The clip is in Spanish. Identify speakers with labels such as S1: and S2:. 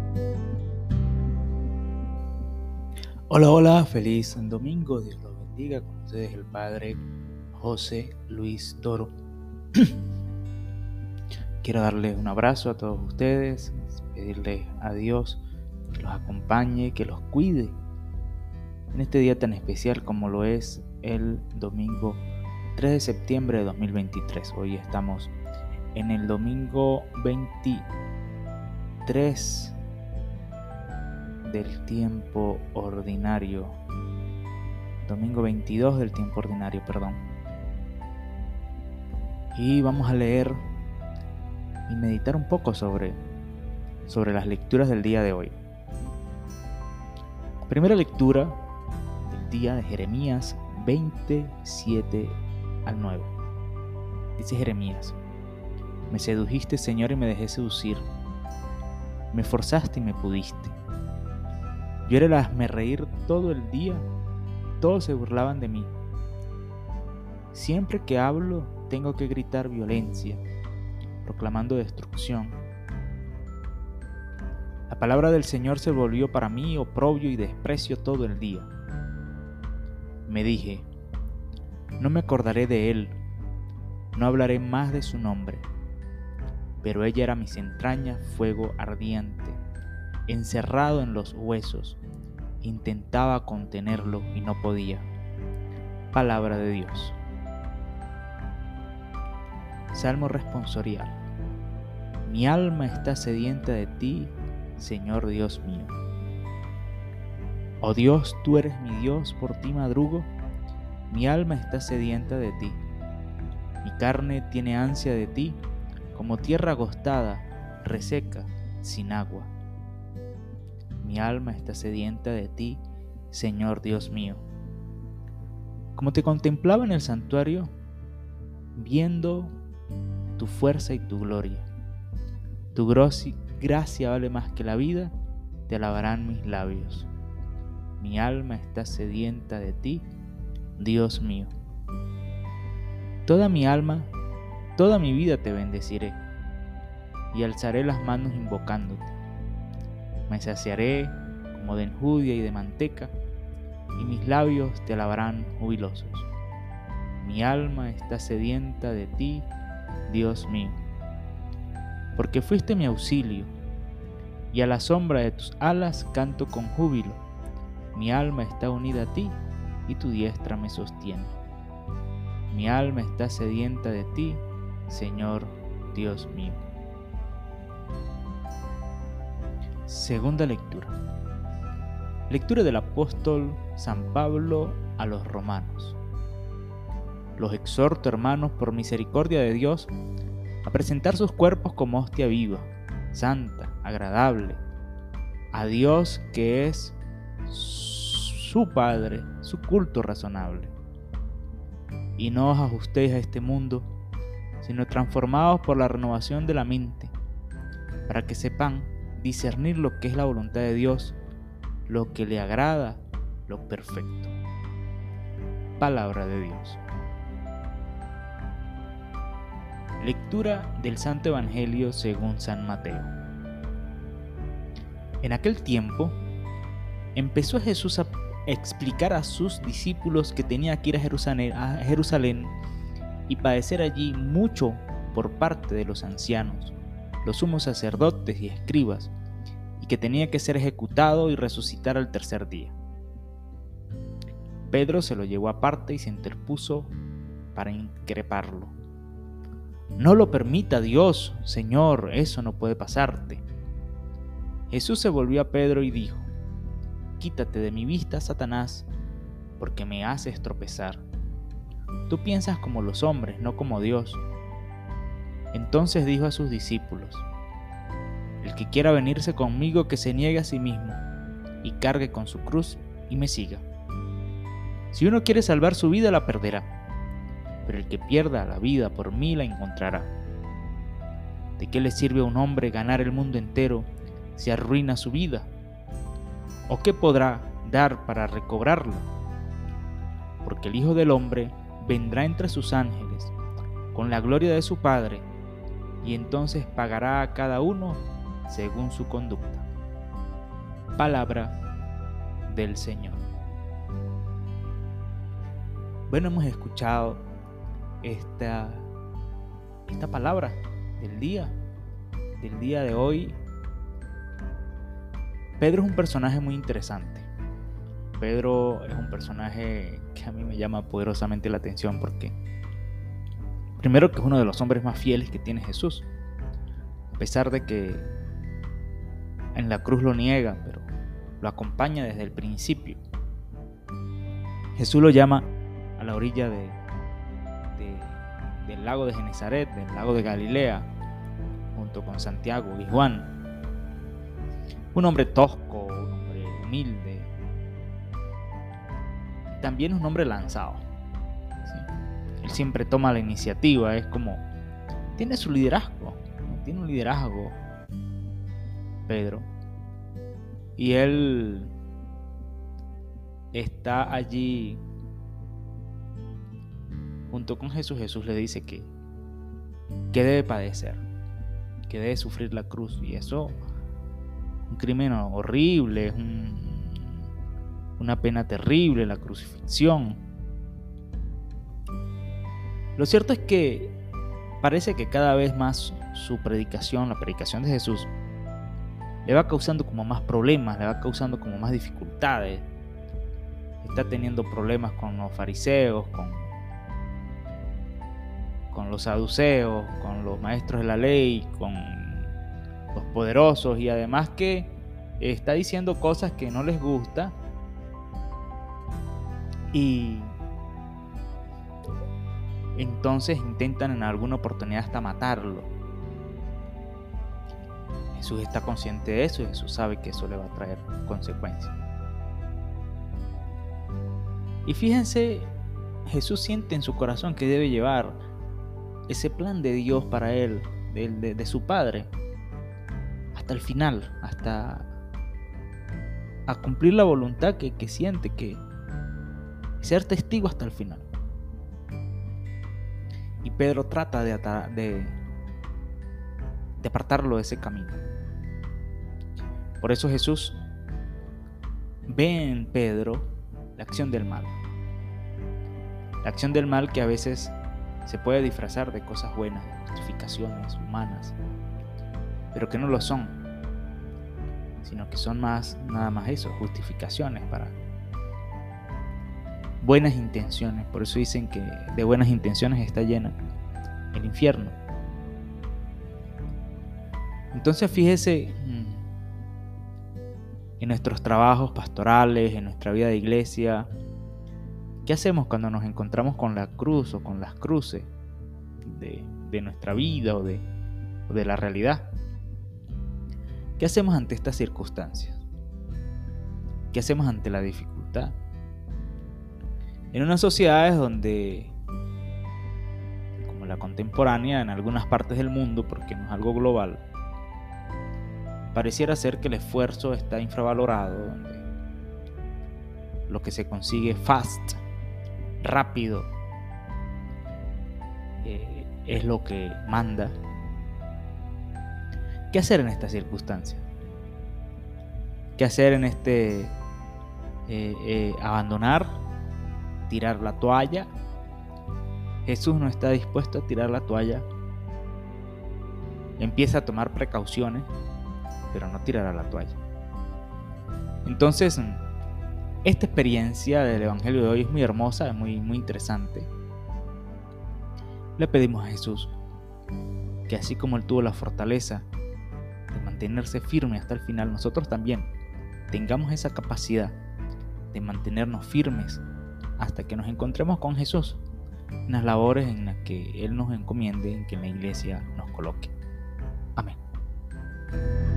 S1: Hola, hola, feliz domingo, Dios los bendiga. Con ustedes el Padre José Luis Toro. Quiero darles un abrazo a todos ustedes, pedirles a Dios que los acompañe, que los cuide en este día tan especial como lo es el domingo 3 de septiembre de 2023. Hoy estamos en el domingo 23 del tiempo ordinario. Domingo 22 del tiempo ordinario, perdón. Y vamos a leer y meditar un poco sobre las lecturas del día de hoy. Primera lectura del día de Jeremías 27 al 9. Dice Jeremías: Me sedujiste, Señor, y me dejé seducir. Me forzaste y me pudiste. Yo era el hazmerreír todo el día, todos se burlaban de mí. Siempre que hablo tengo que gritar violencia, proclamando destrucción. La palabra del Señor se volvió para mí oprobio y desprecio todo el día. Me dije, no me acordaré de él, no hablaré más de su nombre. Pero ella era mis entrañas, fuego ardiente, encerrado en los huesos. Intentaba contenerlo y no podía. Palabra de Dios. Salmo responsorial. Mi alma está sedienta de ti, Señor Dios mío. Oh Dios, tú eres mi Dios, por ti madrugo. Mi alma está sedienta de ti. Mi carne tiene ansia de ti, como tierra agostada, reseca, sin agua. Mi alma está sedienta de ti, Señor Dios mío. Como te contemplaba en el santuario, viendo tu fuerza y tu gloria. Tu gracia vale más que la vida, te alabarán mis labios. Mi alma está sedienta de ti, Dios mío. Toda mi alma, toda mi vida te bendeciré, y alzaré las manos invocándote. Me saciaré como de enjudia y de manteca, y mis labios te alabarán jubilosos. Mi alma está sedienta de ti, Dios mío. Porque fuiste mi auxilio, y a la sombra de tus alas canto con júbilo. Mi alma está unida a ti, y tu diestra me sostiene. Mi alma está sedienta de ti, Señor Dios mío. Segunda lectura. Lectura del apóstol San Pablo a los romanos. Los exhorto, hermanos, por misericordia de Dios, a presentar sus cuerpos como hostia viva, santa, agradable, a Dios que es su Padre, su culto razonable. Y no os ajustéis a este mundo, sino transformaos por la renovación de la mente, para que sepan discernir lo que es la voluntad de Dios, lo que le agrada, lo perfecto. Palabra de Dios. Lectura del Santo Evangelio según San Mateo. En aquel tiempo, empezó Jesús a explicar a sus discípulos que tenía que ir a Jerusalén y padecer allí mucho por parte de los ancianos, los sumos sacerdotes y escribas, y que tenía que ser ejecutado y resucitar al tercer día. Pedro se lo llevó aparte y se interpuso para increparlo. No lo permita Dios, Señor, eso no puede pasarte. Jesús se volvió a Pedro y dijo: Quítate de mi vista, Satanás, porque me haces tropezar. Tú piensas como los hombres, no como Dios. Entonces dijo a sus discípulos: El que quiera venirse conmigo, que se niegue a sí mismo, y cargue con su cruz, y me siga. Si uno quiere salvar su vida, la perderá, pero el que pierda la vida por mí la encontrará. ¿De qué le sirve a un hombre ganar el mundo entero si arruina su vida? ¿O qué podrá dar para recobrarla? Porque el Hijo del Hombre vendrá entre sus ángeles, con la gloria de su Padre, y entonces pagará a cada uno según su conducta. Palabra del Señor. Bueno, hemos escuchado esta palabra del día de hoy. Pedro es un personaje muy interesante. Pedro es un personaje que a mí me llama poderosamente la atención porque, primero, que es uno de los hombres más fieles que tiene Jesús. A pesar de que en la cruz lo niega, pero lo acompaña desde el principio. Jesús lo llama a la orilla del lago de Genesaret, del lago de Galilea, junto con Santiago y Juan. Un hombre tosco, un hombre humilde, también un hombre lanzado. ¿Sí? Él siempre toma la iniciativa, es como, tiene su liderazgo, ¿no? Tiene un liderazgo, Pedro, y él está allí junto con Jesús. Jesús le dice que debe padecer, que debe sufrir la cruz, y eso, un crimen horrible, es una pena terrible, la crucifixión. Lo cierto es que parece que cada vez más su predicación, la predicación de Jesús, le va causando como más problemas, le va causando como más dificultades. Está teniendo problemas con los fariseos, con los saduceos, con los maestros de la ley, con los poderosos, y además que está diciendo cosas que no les gusta, y entonces intentan en alguna oportunidad hasta matarlo. Jesús está consciente de eso y Jesús sabe que eso le va a traer consecuencias. Y fíjense, Jesús siente en su corazón que debe llevar ese plan de Dios para él, de su Padre, hasta el final, hasta a cumplir la voluntad que siente, que ser testigo hasta el final. Y Pedro trata de apartarlo de ese camino. Por eso Jesús ve en Pedro la acción del mal. La acción del mal que a veces se puede disfrazar de cosas buenas, de justificaciones humanas, pero que no lo son, sino que son nada más eso, justificaciones para buenas intenciones. Por eso dicen que de buenas intenciones está llena el infierno. Entonces fíjese en nuestros trabajos pastorales, en nuestra vida de iglesia, ¿qué hacemos cuando nos encontramos con la cruz o con las cruces de nuestra vida o de la realidad? ¿Qué hacemos ante estas circunstancias? ¿Qué hacemos ante la dificultad? En unas sociedades donde, como la contemporánea, en algunas partes del mundo, porque no es algo global, pareciera ser que el esfuerzo está infravalorado, donde lo que se consigue fast, rápido, es lo que manda. ¿Qué hacer en estas circunstancias? ¿Qué hacer en abandonar? ¿Tirar la toalla? Jesús no está dispuesto a tirar la toalla. Empieza a tomar precauciones, pero no tirará la toalla. Entonces, esta experiencia del Evangelio de hoy es muy hermosa, es muy interesante. Le pedimos a Jesús que, así como Él tuvo la fortaleza de mantenerse firme hasta el final, nosotros también tengamos esa capacidad de mantenernos firmes hasta que nos encontremos con Jesús en las labores en las que Él nos encomiende, en que la iglesia nos coloque. Amén.